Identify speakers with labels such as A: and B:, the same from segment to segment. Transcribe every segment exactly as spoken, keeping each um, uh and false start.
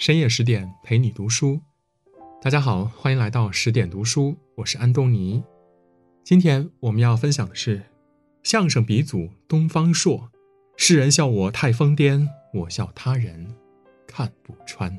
A: 深夜十点陪你读书。大家好，欢迎来到十点读书，我是安东尼。今天我们要分享的是相声鼻祖东方朔，世人笑我太疯癫，我笑他人看不穿。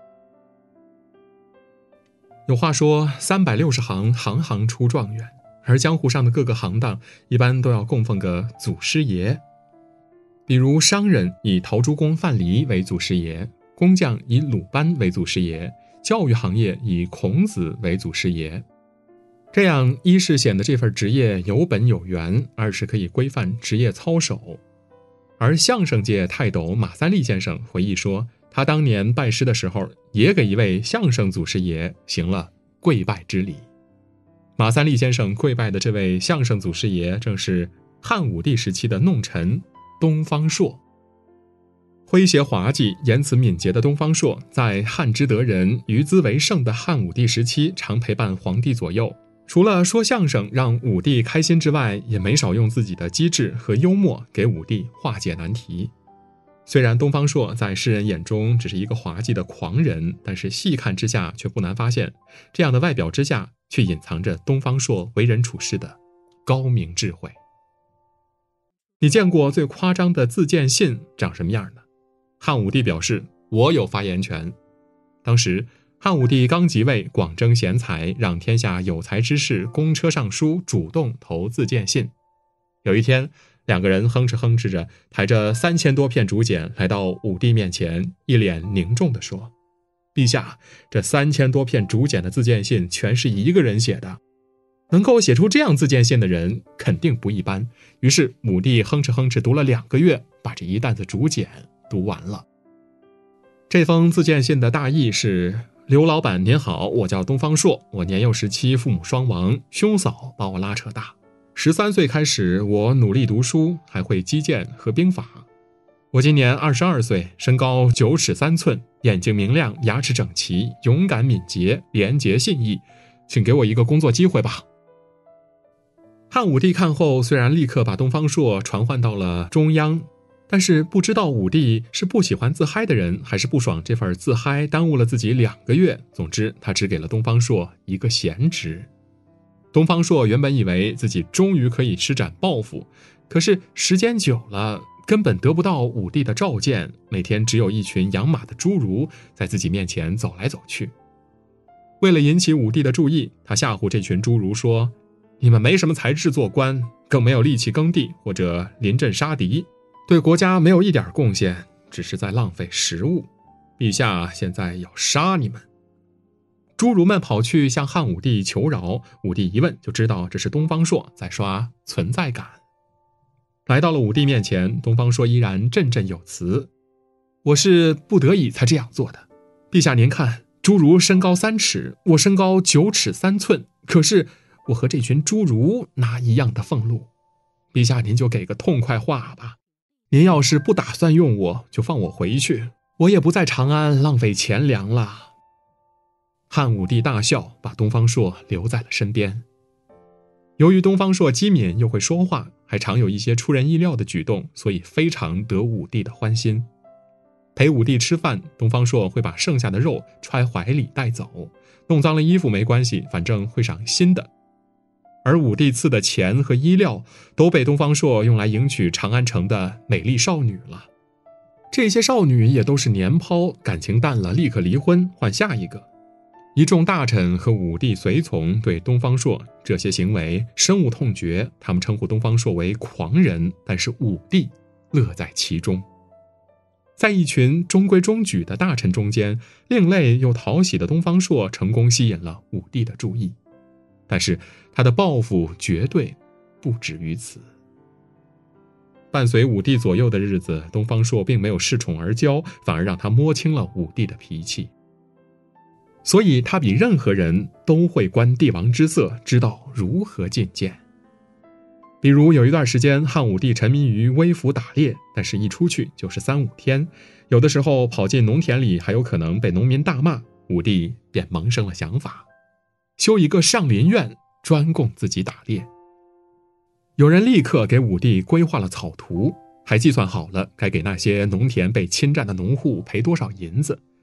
A: 有话说三百六十行，行行出状元，而江湖上的各个行当一般都要供奉个祖师爷。比如商人以陶朱公范蠡为祖师爷，工匠以鲁班为祖师爷，教育行业以孔子为祖师爷。这样一是显得这份职业有本有源，二是可以规范职业操守。而相声界泰斗马三立先生回忆说，他当年拜师的时候也给一位相声祖师爷行了跪拜之礼。马三立先生跪拜的这位相声祖师爷正是汉武帝时期的弄臣东方朔。诙谐滑稽、言辞敏捷的东方朔，在汉之德人、于兹为盛的汉武帝时期，常陪伴皇帝左右。除了说相声让武帝开心之外，也没少用自己的机智和幽默给武帝化解难题。虽然东方朔在世人眼中只是一个滑稽的狂人，但是细看之下却不难发现，这样的外表之下，却隐藏着东方朔为人处事的高明智慧。你见过最夸张的自荐信长什么样呢？汉武帝表示，我有发言权。当时汉武帝刚即位，广征贤才，让天下有才之士公车上书，主动投自荐信。有一天，两个人哼哧哼哧着，抬着三千多片竹简来到武帝面前，一脸凝重地说，陛下，这三千多片竹简的自荐信全是一个人写的，能够写出这样自荐信的人肯定不一般。于是武帝哼哧哼哧读了两个月，把这一担子竹简读完了。这封自荐信的大意是，刘老板您好，我叫东方朔，我年幼时期父母双亡，兄嫂把我拉扯大。十三岁开始，我努力读书，还会击剑和兵法。我今年二十二岁，身高九尺三寸，眼睛明亮，牙齿整齐，勇敢敏捷，廉洁信义，请给我一个工作机会吧。汉武帝看后，虽然立刻把东方朔传唤到了中央，但是不知道武帝是不喜欢自嗨的人，还是不爽这份自嗨耽误了自己两个月。总之他只给了东方朔一个闲职。东方朔原本以为自己终于可以施展抱负，可是时间久了，根本得不到武帝的召见，每天只有一群养马的侏儒在自己面前走来走去。为了引起武帝的注意，他吓唬这群侏儒说，你们没什么才智做官，更没有力气耕地或者临阵杀敌，对国家没有一点贡献，只是在浪费食物。陛下现在要杀你们。侏儒们跑去向汉武帝求饶，武帝一问就知道这是东方朔在刷存在感。来到了武帝面前，东方朔依然振振有词，我是不得已才这样做的。陛下您看，侏儒身高三尺，我身高九尺三寸，可是我和这群侏儒拿一样的俸禄。陛下您就给个痛快话吧，您要是不打算用我，就放我回去，我也不在长安浪费钱粮了。汉武帝大笑，把东方朔留在了身边。由于东方朔机敏又会说话，还常有一些出人意料的举动，所以非常得武帝的欢心。陪武帝吃饭，东方朔会把剩下的肉揣怀里带走，弄脏了衣服没关系，反正会赏新的。而武帝赐的钱和衣料都被东方朔用来迎娶长安城的美丽少女了。这些少女也都是年抛，感情淡了立刻离婚，换下一个。一众大臣和武帝随从对东方朔这些行为深恶痛绝，他们称呼东方朔为狂人，但是武帝乐在其中。在一群中规中矩的大臣中间，另类又讨喜的东方朔成功吸引了武帝的注意，但是他的抱负绝对不止于此。伴随武帝左右的日子，东方朔并没有恃宠而骄，反而让他摸清了武帝的脾气。所以他比任何人都会观帝王之色，知道如何进谏。比如有一段时间，汉武帝沉迷于微服打猎，但是一出去就是三五天，有的时候跑进农田里还有可能被农民大骂，武帝便萌生了想法，修一个上林苑，专供自己打猎。有人立刻给武帝规划了草图，还计算好了该给那些农田被侵占的农户赔多少银子。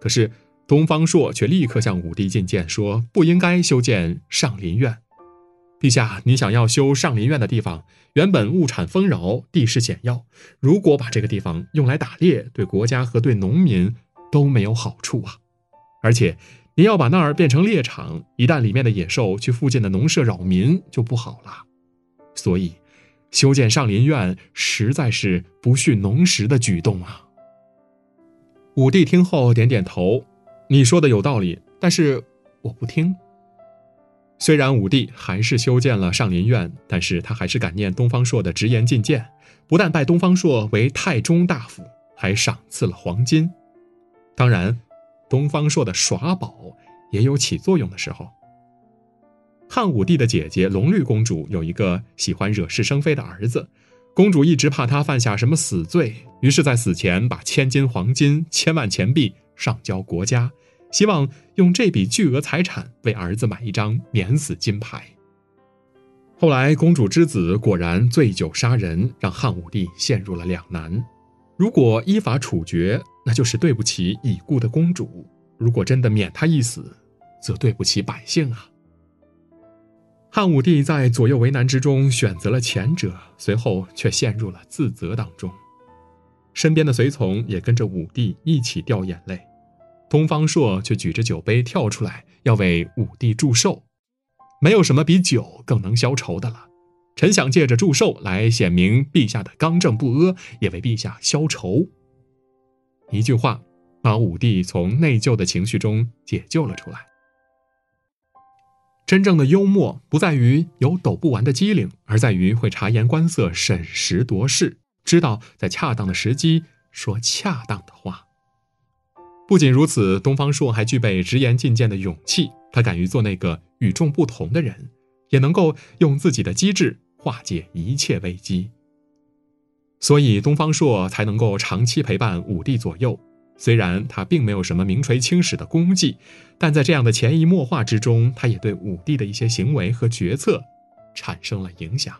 A: 可是东方朔却立刻向武帝进谏，说不应该修建上林苑。陛下，你想要修上林苑的地方，原本物产丰饶，地势险要，如果把这个地方用来打猎，对国家和对农民都没有好处啊。而且你要把那儿变成猎场，一旦里面的野兽去附近的农舍扰民，就不好了。所以修建上林苑实在是不恤农时的举动啊。武帝听后点点头，你说的有道理，但是我不听。虽然武帝还是修建了上林苑，但是他还是感念东方朔的直言进谏，不但拜东方朔为太中大夫，还赏赐了黄金。当然，东方朔的耍宝也有起作用的时候。汉武帝的姐姐隆虑公主有一个喜欢惹是生非的儿子，公主一直怕他犯下什么死罪，于是在死前把千金黄金、千万钱币上交国家，希望用这笔巨额财产为儿子买一张免死金牌。后来公主之子果然醉酒杀人，让汉武帝陷入了两难。如果依法处决，那就是对不起已故的公主；如果真的免她一死，则对不起百姓啊。汉武帝在左右为难之中选择了前者，随后却陷入了自责当中。身边的随从也跟着武帝一起掉眼泪，东方朔却举着酒杯跳出来，要为武帝祝寿。没有什么比酒更能消愁的了，臣想借着祝寿来显明陛下的刚正不阿，也为陛下消愁。一句话把武帝从内疚的情绪中解救了出来。真正的幽默不在于有抖不完的机灵，而在于会察言观色、审时度势，知道在恰当的时机说恰当的话。不仅如此，东方朔还具备直言进谏的勇气，他敢于做那个与众不同的人，也能够用自己的机智化解一切危机。所以东方朔才能够长期陪伴武帝左右。虽然他并没有什么名垂青史的功绩，但在这样的潜移默化之中，他也对武帝的一些行为和决策产生了影响。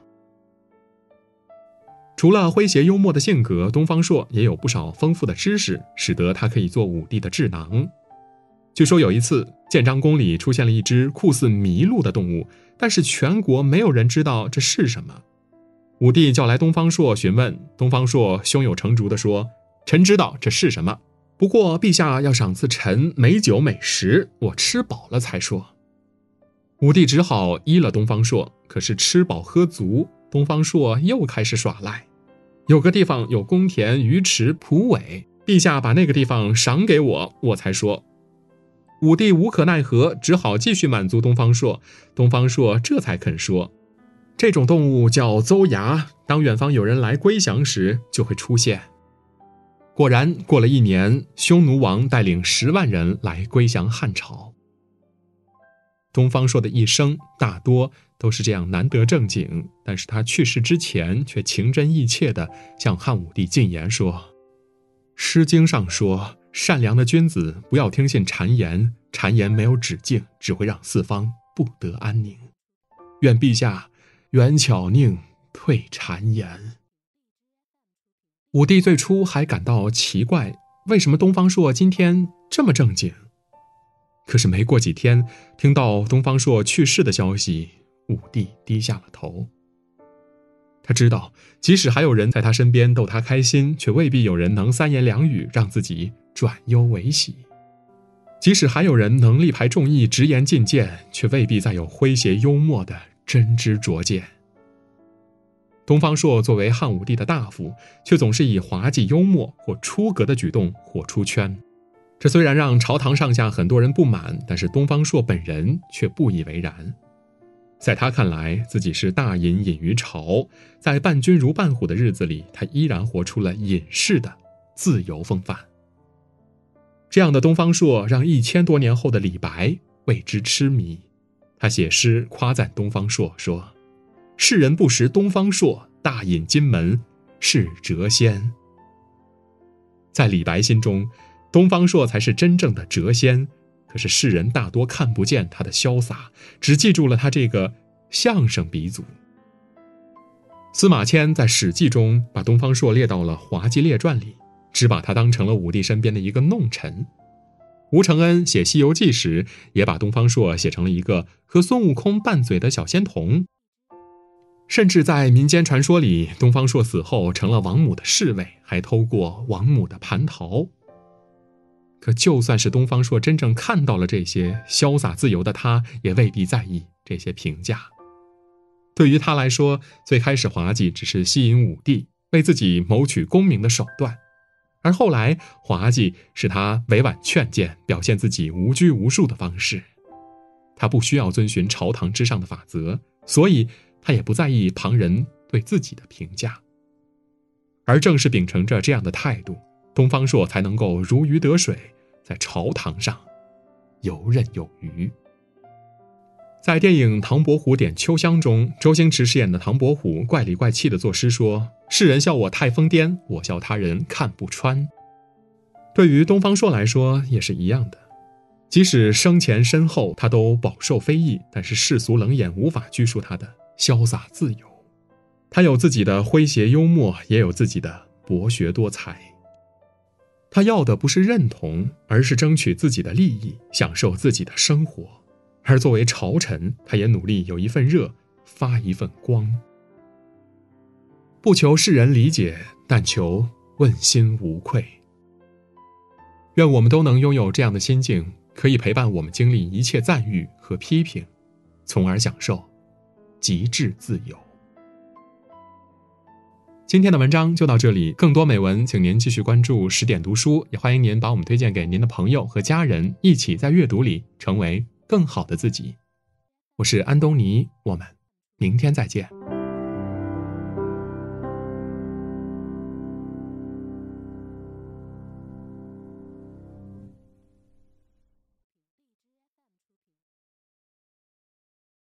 A: 除了诙谐幽默的性格，东方朔也有不少丰富的知识，使得他可以做武帝的智囊。据说有一次，建章宫里出现了一只酷似麋鹿的动物，但是全国没有人知道这是什么。武帝叫来东方朔询问，东方朔胸有成竹地说：“臣知道这是什么，不过陛下要赏赐臣美酒美食，我吃饱了才说。”武帝只好依了东方朔，可是吃饱喝足，东方朔又开始耍赖。有个地方有公田、鱼池、蒲苇，陛下把那个地方赏给我，我才说。武帝无可奈何，只好继续满足东方朔，东方朔这才肯说。这种动物叫邹牙，当远方有人来归降时就会出现。果然过了一年，匈奴王带领十万人来归降汉朝。东方朔的一生大多都是这样难得正经，但是他去世之前却情真意切地向汉武帝进言说：诗经上说，善良的君子不要听信谗言，谗言没有止境，只会让四方不得安宁。愿陛下远巧佞，退谗言。武帝最初还感到奇怪，为什么东方朔今天这么正经？可是没过几天，听到东方朔去世的消息，武帝低下了头。他知道，即使还有人在他身边逗他开心，却未必有人能三言两语让自己转忧为喜；即使还有人能力排众议、直言进谏，却未必再有诙谐幽默的真知灼见。东方朔作为汉武帝的大夫，却总是以滑稽幽默或出格的举动火出圈。这虽然让朝堂上下很多人不满，但是东方朔本人却不以为然。在他看来，自己是大隐隐于朝，在伴君如伴虎的日子里，他依然活出了隐士的自由风范。这样的东方朔让一千多年后的李白为之痴迷。他写诗夸赞东方朔说：世人不识东方朔，大隐金门是谪仙。在李白心中，东方朔才是真正的谪仙，可是世人大多看不见他的潇洒，只记住了他这个相声鼻祖。司马迁在《史记》中把东方朔列到了滑稽列传里，只把他当成了武帝身边的一个弄臣。 吴承恩写《西游记》时，也把东方朔写成了一个和孙悟空拌嘴的小仙童。甚至在民间传说里，东方朔死后成了王母的侍卫，还偷过王母的蟠桃。可就算是东方朔真正看到了这些，潇洒自由的他也未必在意这些评价。对于他来说，最开始滑稽只是吸引武帝，为自己谋取功名的手段，而后来滑稽是他委婉劝谏，表现自己无拘无束的方式。他不需要遵循朝堂之上的法则，所以他也不在意旁人对自己的评价。而正是秉承着这样的态度，东方朔才能够如鱼得水，在朝堂上游刃有余。在电影《唐伯虎点秋香》中，周星驰饰演的唐伯虎怪里怪气地作诗说：世人笑我太疯癫，我笑他人看不穿。对于东方朔来说也是一样的，即使生前身后他都饱受非议，但是世俗冷眼无法拘束他的潇洒自由。他有自己的诙谐幽默，也有自己的博学多才。他要的不是认同，而是争取自己的利益，享受自己的生活。而作为朝臣，他也努力有一份热，发一份光。不求世人理解，但求问心无愧。愿我们都能拥有这样的心境，可以陪伴我们经历一切赞誉和批评，从而享受极致自由。今天的文章就到这里，更多美文请您继续关注十点读书，也欢迎您把我们推荐给您的朋友和家人，一起在阅读里成为更好的自己。我是安东尼，我们明天再见。